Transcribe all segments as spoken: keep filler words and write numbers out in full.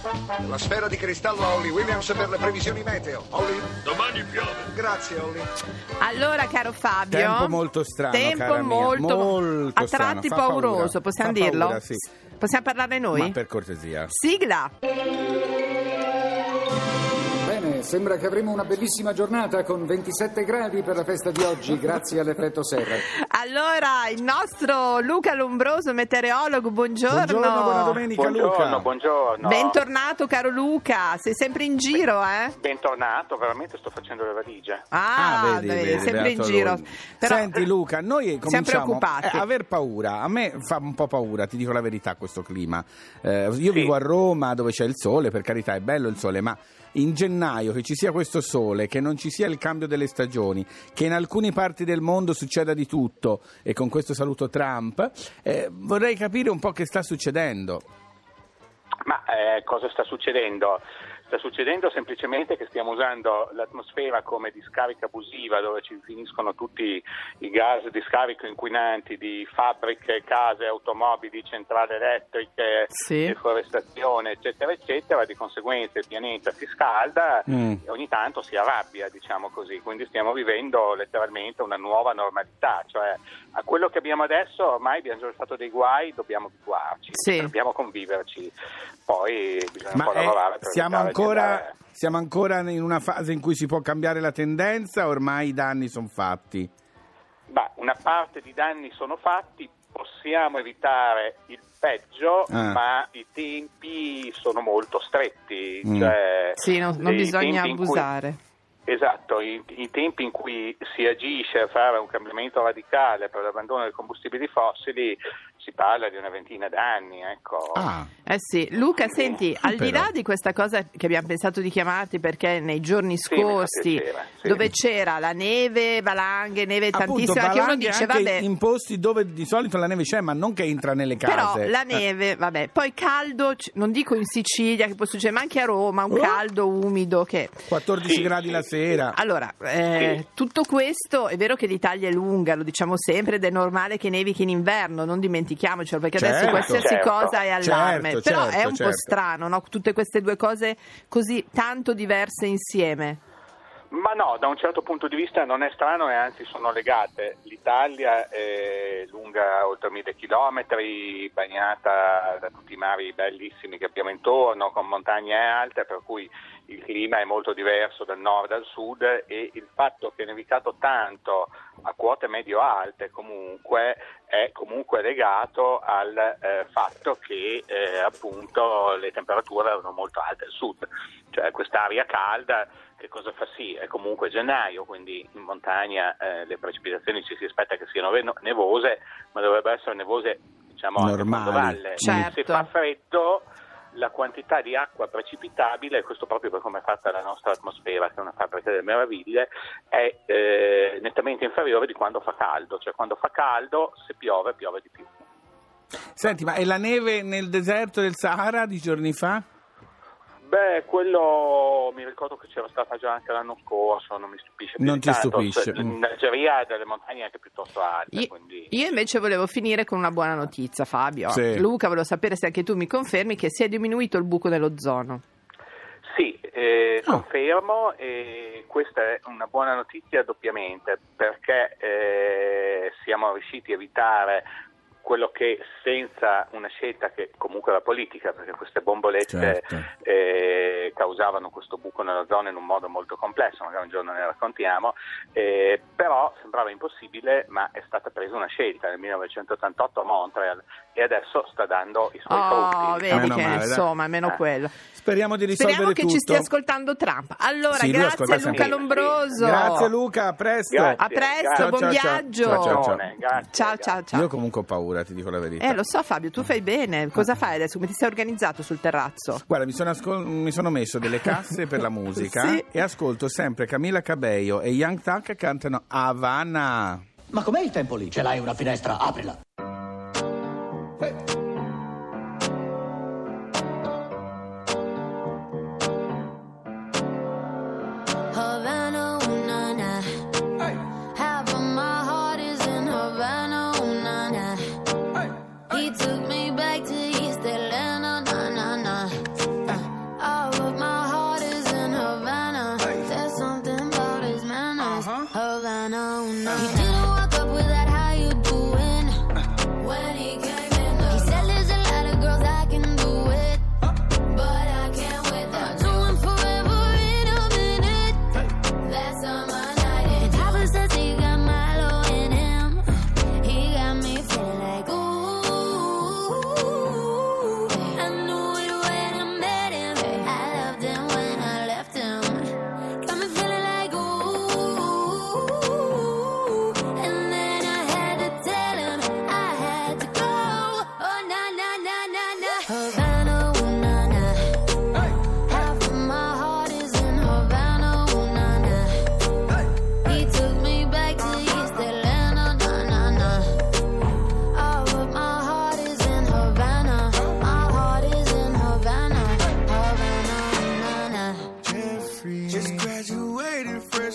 La sfera di cristallo a Holly Williams per le previsioni meteo. Holly? Domani piove. Grazie, Holly. Allora, caro Fabio, tempo molto strano, tempo cara mia. molto, molto a tratti strano. Fa pauroso, paura. possiamo Fa dirlo? paura, sì. Possiamo parlarne noi? Ma per cortesia. Sigla. Bene, sembra che avremo una bellissima giornata con ventisette gradi per la festa di oggi, grazie all'effetto serra. Allora, il nostro Luca Lombroso, meteorologo, buongiorno. Buongiorno, buona domenica, Buongiorno, Luca. buongiorno. Bentornato, caro Luca. Sei sempre in giro, eh? Bentornato, veramente sto facendo le valigie. Ah, Ah, vedi, vedi, vedi, sempre in beato giro. lui. Però, Senti Luca, noi siamo cominciamo preoccupati. a aver paura. A me fa un po' paura, ti dico la verità, questo clima. Eh, io Sì. vivo a Roma dove c'è il sole, per carità è bello il sole, ma in gennaio che ci sia questo sole, che non ci sia il cambio delle stagioni, che in alcune parti del mondo succeda di tutto, e con questo saluto Trump, eh, vorrei capire un po' che sta succedendo. Ma eh, cosa sta succedendo? Sta succedendo semplicemente che stiamo usando l'atmosfera come discarica abusiva, dove ci finiscono tutti i gas di scarico inquinanti di fabbriche, case, automobili, centrali elettriche, Sì. deforestazione, eccetera, eccetera. Di conseguenza il pianeta si scalda Mm. e ogni tanto si arrabbia, diciamo così. Quindi stiamo vivendo letteralmente una nuova normalità, cioè a quello che abbiamo adesso ormai abbiamo già fatto dei guai, dobbiamo abituarci, Sì. dobbiamo conviverci. Poi bisogna un Ma po' eh, lavorare per siamo, evitare di ancora, andare- siamo ancora in una fase in cui si può cambiare la tendenza, ormai i danni sono fatti? Bah, una parte di danni sono fatti, possiamo evitare il peggio, Ah. ma i tempi sono molto stretti. Mm. Cioè, Sì, non, non i bisogna tempi in cui- abusare. Esatto, i, i tempi in cui si agisce a fare un cambiamento radicale per l'abbandono dei combustibili fossili si parla di una ventina d'anni, ecco. Ah, Eh sì, Luca, senti, al di però. là di questa cosa che abbiamo pensato di chiamarti perché nei giorni Sì, mi fa scorsi, piacere, sì. dove c'era la neve, valanghe, neve appunto, tantissima, che uno valanghe dice anche vabbè, in posti dove di solito la neve c'è, ma non che entra nelle però case. la neve, vabbè, poi caldo, c- non dico in Sicilia che può succedere, ma anche a Roma, un Oh. caldo umido che... quattordici Sì, gradi sì, la sera. Allora, eh, Sì. tutto questo è vero che l'Italia è lunga, lo diciamo sempre, ed è normale che nevichi in inverno, non dimentichiamocelo, perché adesso Certo. qualsiasi Certo. cosa è allarme, Certo, però certo, è un certo. po' strano, no? Tutte queste due cose così tanto diverse insieme. Ma no, da un certo punto di vista non è strano e anzi sono legate. L'Italia è lunga oltre mille chilometri, bagnata da tutti i mari bellissimi che abbiamo intorno, con montagne alte, per cui il clima è molto diverso dal nord al sud, e il fatto che è nevicato tanto a quote medio-alte comunque è comunque legato al eh, fatto che eh, appunto le temperature erano molto alte al sud, cioè quest'aria calda. Che cosa fa? Sì, è comunque gennaio, quindi in montagna eh, le precipitazioni ci si aspetta che siano ve- nevose, ma dovrebbero essere nevose, diciamo, anche a Normali. fondovalle. Certo. Se fa freddo, la quantità di acqua precipitabile, e questo proprio per come è fatta la nostra atmosfera, che è una fabbrica delle meraviglie, è eh, nettamente inferiore di quando fa caldo, cioè quando fa caldo, se piove, piove di più. Senti, ma è la neve nel deserto del Sahara di giorni fa? Beh, quello mi ricordo che c'era stata già anche l'anno scorso, non mi stupisce più Non di ti tanto. stupisce. Cioè, l'Algeria ha delle montagne anche piuttosto alte, Io, quindi... io invece volevo finire con una buona notizia, Fabio. Sì. Luca, volevo sapere se anche tu mi confermi che si è diminuito il buco nell'ozono. Sì, eh, Oh. confermo, e questa è una buona notizia doppiamente, perché eh, siamo riusciti a evitare quello che senza una scelta che comunque la politica, perché queste bombolette Certo. eh, causavano questo buco nella zona in un modo molto complesso, magari un giorno ne raccontiamo, eh, però sembrava impossibile, ma è stata presa una scelta nel millenovecentottantotto a Montreal e adesso sta dando i suoi Oh, frutti. vedi Meno che male, dai. insomma, almeno Eh. quello. Speriamo di risolvere Speriamo che tutto. ci stia ascoltando Trump. Allora, Sì, lui grazie ascolta a Luca sempre. Lombroso. Grazie Luca, a presto. Grazie. A presto, Ciao, buon ciao, ciao. viaggio. Ciao, ciao, ciao. Grazie, Ciao, grazie. ciao, ciao. Io comunque ho paura, ti dico la verità. Eh, lo so Fabio, tu fai bene. Cosa fai adesso? Come ti sei organizzato sul terrazzo? Guarda, mi sono, ascol- mi sono messo delle casse per la musica Sì. e ascolto sempre Camila Cabello e Young Thug che cantano Havana. Ma com'è il tempo lì? Ce l'hai una finestra? Aprila. Havana, ooh, na, na. Half of my heart is in Havana, ooh, na, na. He took me back to East Atlanta, na, na, na. Uh,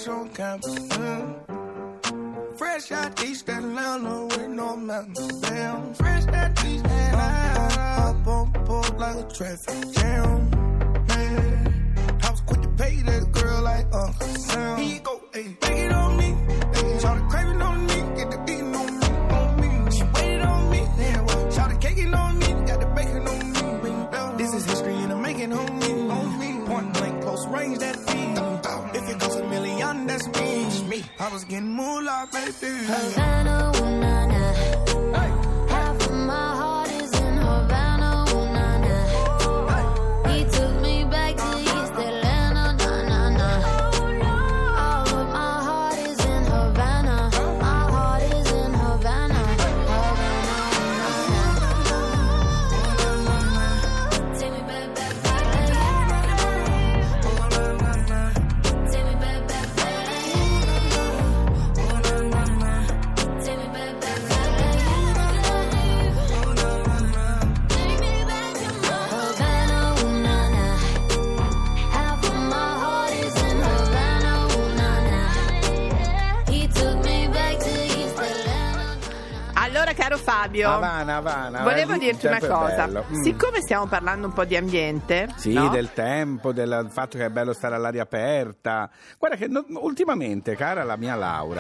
fresh on campus. Mm. Fresh out East Atlanta with no mountains. Damn, fresh out East Atlanta. Up on board like a traffic jam. Man, I was quick to pay that girl like Uncle Sam. Here you go, ayy, take it on me. Ayy, shout the craving on me, get the beating on me, on me. She waited on me, damn, well, shout the caking on me, got the bacon on me. This is history in the making on me, on me. Point blank, close range, that feed. If it goes a million, that's me. me. I was getting moolah, baby. Havana, ooh, nah, nah. Half of my heart is in Havana, ooh, nah, nah. He took me back to East Atlanta, nah, nah, nah. All of my heart is in Havana. My heart is in Havana. Havana, ooh, nah, nah. Take me back, back, back. Take me back, back, back. Allora, caro Fabio, Havana, Havana, volevo eh, dirti il una tempo è cosa. bello. Mm. Siccome stiamo parlando un po' di ambiente, Sì, no? del tempo, del fatto che è bello stare all'aria aperta. Guarda che no- ultimamente, cara la mia Laura,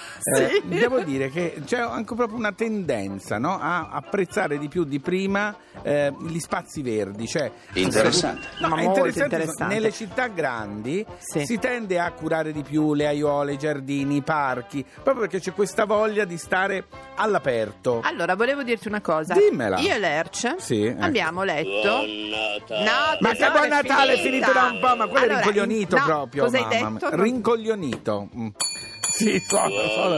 eh, devo dire che c'è anche proprio una tendenza, no, a apprezzare di più di prima eh, gli spazi verdi. Cioè, Interessante. No, Ma è molto interessante. interessante. Nelle città grandi Sì. si tende a curare di più le aiuole, i giardini, i parchi, proprio perché c'è questa voglia di stare all'aperto. Allora, volevo dirti una cosa. Dimmela. Io e Lerch Sì, ecco. abbiamo letto. No, Ma che tesoro, buon è Natale, è finito da un po', ma quello Allora, è rincoglionito no, proprio. Cosa hai mamma mia. detto? Non- Rincoglionito. Mm. Sì, suona, suona.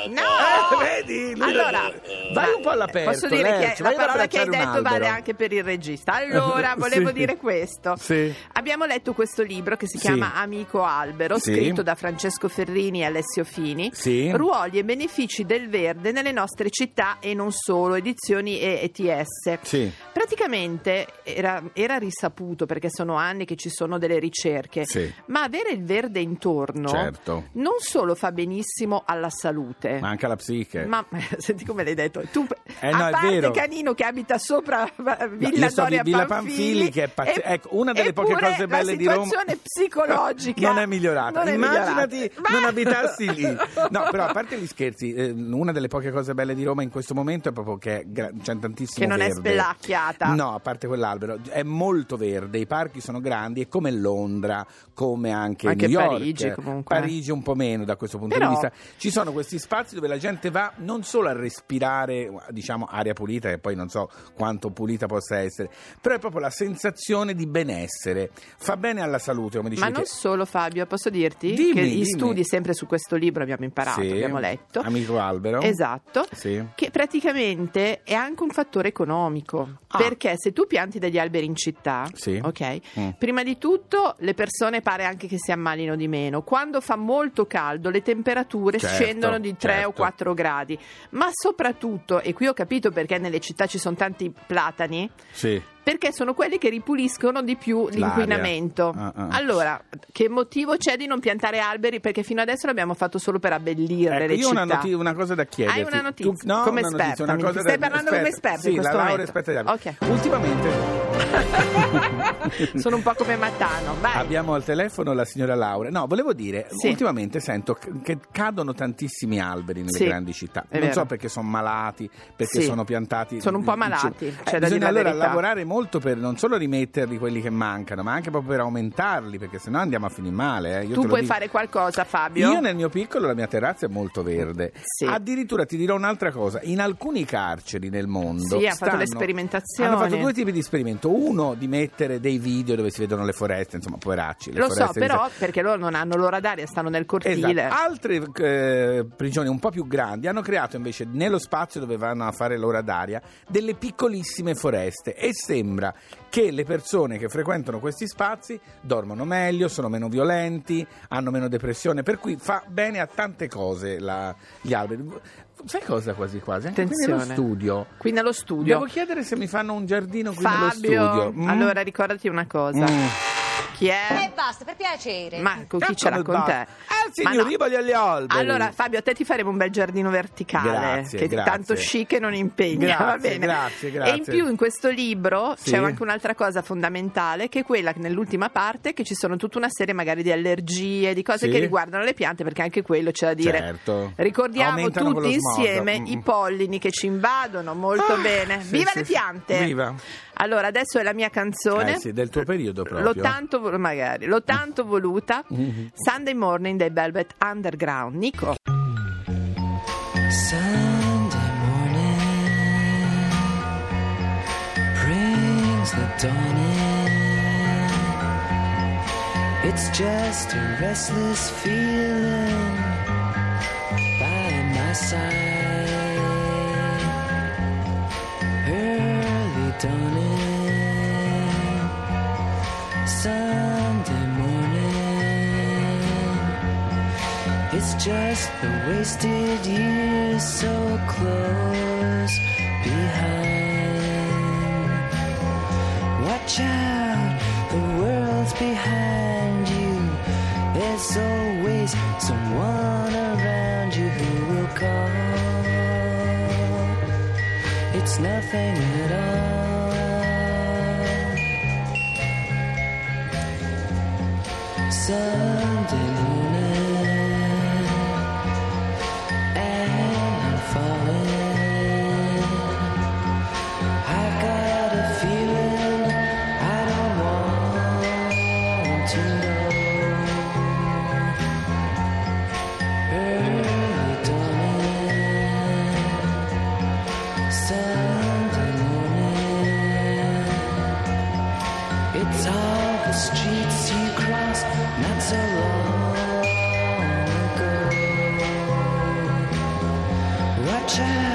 No! Eh, vedi? Lui- Allora, vai ma un po' all'aperto. posso dire Lerch, che vai la ad parola che hai abbracciare un detto vale albero. anche per il regista. Allora, volevo Sì. dire questo. Sì. Abbiamo letto questo libro che si Sì. chiama Amico Albero, Sì. scritto da Francesco Ferrini e Alessio Fini. Sì. Ruoli e benefici del verde nelle nostre città e non solo, edizioni E E T S. Sì. Praticamente era, era risaputo, perché sono anni che ci sono delle ricerche, Sì. ma avere il verde intorno Certo. non solo fa benissimo alla salute, Ma anche alla psiche. ma senti come l'hai detto tu, Eh, no, a è parte vero. Canino che abita sopra Villa io sto Doria di Villa Pamphili, Pamphili, che è pazz- e- ecco, una delle poche eppure cose belle di Roma. la situazione psicologica non è migliorata. non è Immaginati migliorata. non Ma- abitassi lì. No, però a parte gli scherzi, eh, una delle poche cose belle di Roma in questo momento è proprio che è gra- c'è tantissimo Che non è verde. spelacchiata. No, a parte quell'albero, è molto verde, i parchi sono grandi, è come Londra, come anche, Anche New York. Parigi, comunque. Parigi un po' meno da questo punto Però- di vista. Ci sono questi spazi dove la gente va non solo a respirare, diciamo, aria pulita, che poi non so quanto pulita possa essere, però è proprio la sensazione di benessere. Fa bene alla salute, come dicevi Ma non te. solo, Fabio, posso dirti Dimmi, che dimmi. gli studi sempre su questo libro abbiamo imparato, Sì. abbiamo letto. Amico Albero. Esatto, Sì. che praticamente è anche un fattore economico, Ah. perché se tu pianti degli alberi in città, Sì. ok, Mm. prima di tutto le persone pare anche che si ammalino di meno. Quando fa molto caldo le temperature Certo, scendono di tre certo. o quattro gradi, ma soprattutto, e qui ho capito perché nelle città ci sono tanti platani, Sì. perché sono quelli che ripuliscono di più l'inquinamento. Ah, ah. Allora, che motivo c'è di non piantare alberi? Perché fino adesso l'abbiamo fatto solo per abbellire Ecco, le io ho città. una, noti- una cosa da chiederti. Hai una notizia? Tu- no, Come una notizia, esperta, una mi- cosa stai da- parlando come esperta Sì, in questo la laurea momento. esperta di alberi. Ok. Ultimamente Sono un po' come Mattano, vai. abbiamo al telefono la signora Laura. No, volevo dire, Sì. ultimamente sento c- che cadono tantissimi alberi nelle Sì, grandi città. è Non vero. so perché sono malati, perché Sì. sono piantati. Sono un po' malati, Eh, c'è da dire bisogna la allora verità. lavorare molto per non solo rimetterli quelli che mancano, ma anche proprio per aumentarli, perché sennò andiamo a finire male. eh. Io Tu te lo puoi dico. fare qualcosa, Fabio? Io nel mio piccolo la mia terrazza è molto verde. Sì. Addirittura ti dirò un'altra cosa, in alcuni carceri nel mondo Sì, ha fatto stanno- le sperimentazioni. Hanno fatto due tipi di esperimento, uno di mettere dei video dove si vedono le foreste, insomma, poveracci, le Lo so, foreste di- però, perché loro non hanno l'ora d'aria, stanno nel cortile. Esatto. Altre eh, prigioni un po' più grandi hanno creato invece nello spazio dove vanno a fare l'ora d'aria delle piccolissime foreste e sembra che le persone che frequentano questi spazi dormono meglio, sono meno violenti, hanno meno depressione, per cui fa bene a tante cose la- gli alberi. Sai cosa quasi quasi? Anche qui nello Attenzione. studio. Qui nello studio. Devo chiedere se mi fanno un giardino qui nello Fabio, studio. Mm? allora ricordati una cosa. Mm. Chi è? E basta, per piacere. Ma con chi ce l'ha con te? Eh, Ma signor no. Rivoli agli alberi. Allora Fabio, a te ti faremo un bel giardino verticale, Grazie, che grazie. tanto chic e non impegna, Grazie, va bene. grazie, grazie. E in più in questo libro Sì. c'è anche un'altra cosa fondamentale, che è quella che nell'ultima parte, che ci sono tutta una serie magari di allergie, di cose Sì. che riguardano le piante, perché anche quello c'è da dire. Certo. Ricordiamo Aumentano con tutti lo smog. insieme Mm. i pollini che ci invadono, molto Ah, bene. sì, Viva sì, le sì. piante! Viva. Allora adesso è la mia canzone. Eh sì, del tuo periodo proprio. L'ho tanto, vo- magari, l'ho tanto voluta. Mm-hmm. Sunday Morning dei Velvet Underground. Nico. Sunday morning brings the dawn in. It's just a restless feeling by my side. Early dawning, Sunday morning. It's just the wasted years so close behind. Watch out, the world's behind you. There's always someone around you who will call. It's nothing at all. Sunday morning, and I'm falling. I've got a feeling I don't want to know. Early dawning, Sunday morning. It's all the streets you crossed not so long ago. Watch out.